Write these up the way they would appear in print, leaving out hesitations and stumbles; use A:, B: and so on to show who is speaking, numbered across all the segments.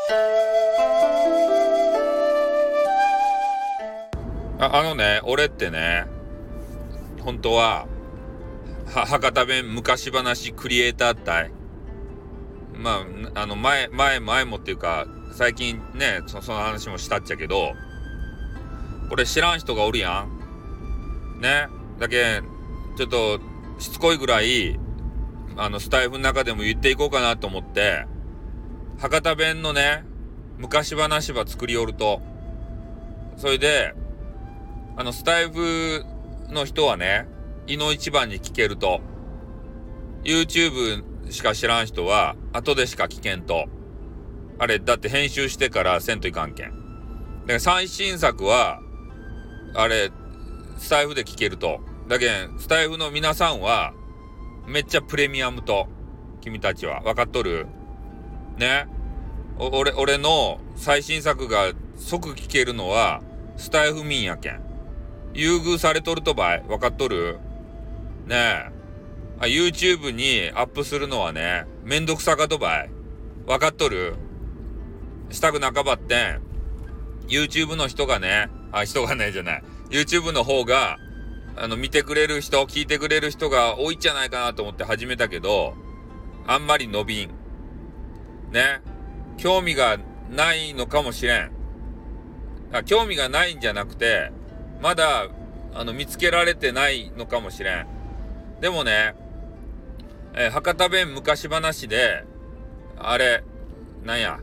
A: 俺ってね、本当は博多弁昔話クリエイター隊、前もっていうか最近ね、その話もしたっちゃけど、これ知らん人がおるやんね。だけちょっとしつこいぐらいスタイフの中でも言っていこうかなと思って、博多弁のね昔話ば作りおると、それでスタイフの人はね、いの一番に聞けると、 YouTube しか知らん人は後でしか聞けんと。あれだって編集してからせんといかんけん。だから最新作はあれスタイフで聞けると。だけんスタイフの皆さんはめっちゃプレミアムと。君たちは分かっとるね。俺の最新作が即聞けるのはスタイフ民やけん。優遇されとるとばい。分かっとるねえ。YouTube にアップするのはね、めんどくさかとばい。分かっとる。したくなかばってん YouTube の人がね、じゃない、 YouTube の方が見てくれる人、聞いてくれる人が多いんじゃないかなと思って始めたけど、あんまり伸びんね。興味がないのかもしれん。興味がないんじゃなくて、まだ見つけられてないのかもしれん。でもね、博多弁昔話であれなんや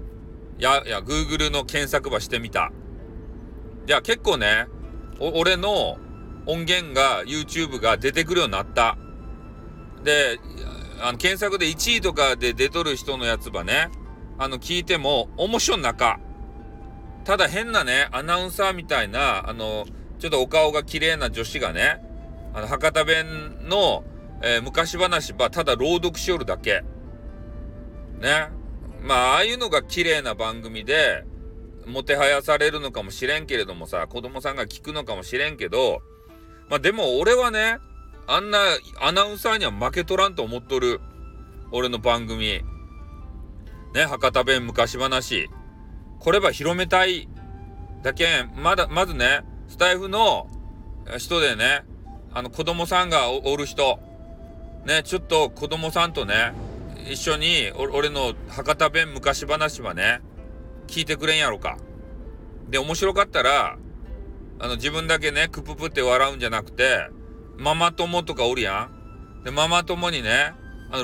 A: Google の検索ばしてみた。じゃあ結構ね、俺の音源が YouTube が出てくるようになった。で検索で1位とかで出とる人のやつばね、聞いても面白い中。ただ変なねアナウンサーみたいなちょっとお顔が綺麗な女子がね、博多弁の、昔話ばただ朗読しよるだけね。ああいうのが綺麗な番組でもてはやされるのかもしれんけれどもさ、子供さんが聞くのかもしれんけど、でも俺はね、あんなアナウンサーには負けとらんと思っとる。俺の番組ね、博多弁昔話、これば広めたいだけん、まずね、スタイフの人でね、子供さんがおる人ね、ちょっと子供さんとね一緒に俺の博多弁昔話はね聞いてくれんやろか。で面白かったら自分だけねクププって笑うんじゃなくて、ママ友とかおるやん。でママ友にね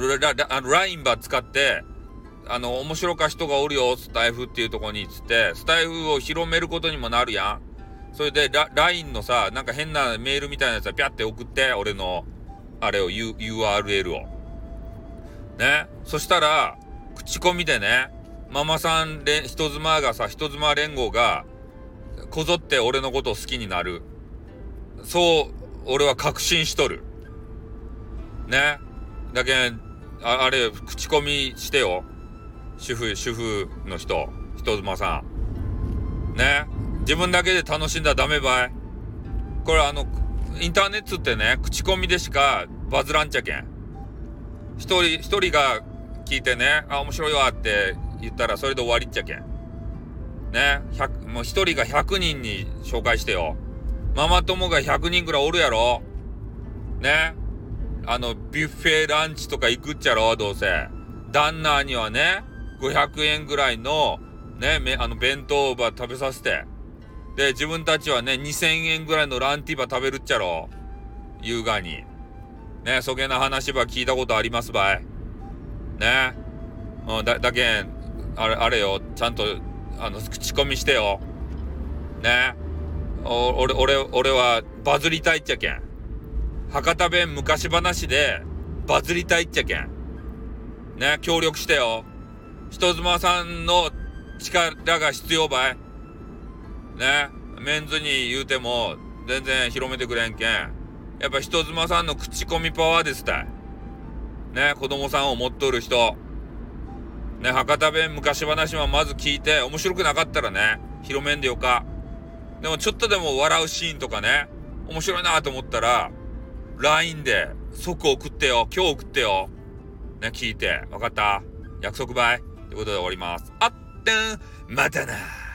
A: LINE ば使って、面白か人がおるよスタイフっていうとこにつって、スタイフを広めることにもなるやん。それでLINE のさ、なんか変なメールみたいなやつはピャって送って、俺のあれを URL をね。そしたら口コミでね、ママさん人妻連合がこぞって俺のことを好きになる。そう俺は確信しとるね。だけんあれ口コミしてよ、主婦の人妻さんね。自分だけで楽しんだらダメばい。これインターネットってね、口コミでしかバズらんちゃけん。一人が聞いてね、面白いわって言ったらそれで終わりっちゃけんね。もう一人が100人に紹介してよ。ママ友が100人ぐらいおるやろね。ビュッフェランチとか行くっちゃろ、どうせ。旦那にはね500円ぐらいのね弁当ば食べさせて、で自分たちはね2000円ぐらいのランティバ食べるっちゃろ、優雅にね。そげな話ば聞いたことありますばいね。だけんあれよ、ちゃんと口コミしてよね。俺はバズりたいっちゃけん。博多弁昔話でバズりたいっちゃけんね。協力してよ。人妻さんの力が必要ばいね。メンズに言うても全然広めてくれんけん、やっぱ人妻さんの口コミパワーですたいね。子供さんを持っとる人ね、博多弁昔話はまず聞いて、面白くなかったらね広めんでよか。でもちょっとでも笑うシーンとかね、面白いなと思ったら LINE で即送ってよ。今日送ってよね。聞いて。分かった？約束ばいということで終わります。あっまたな。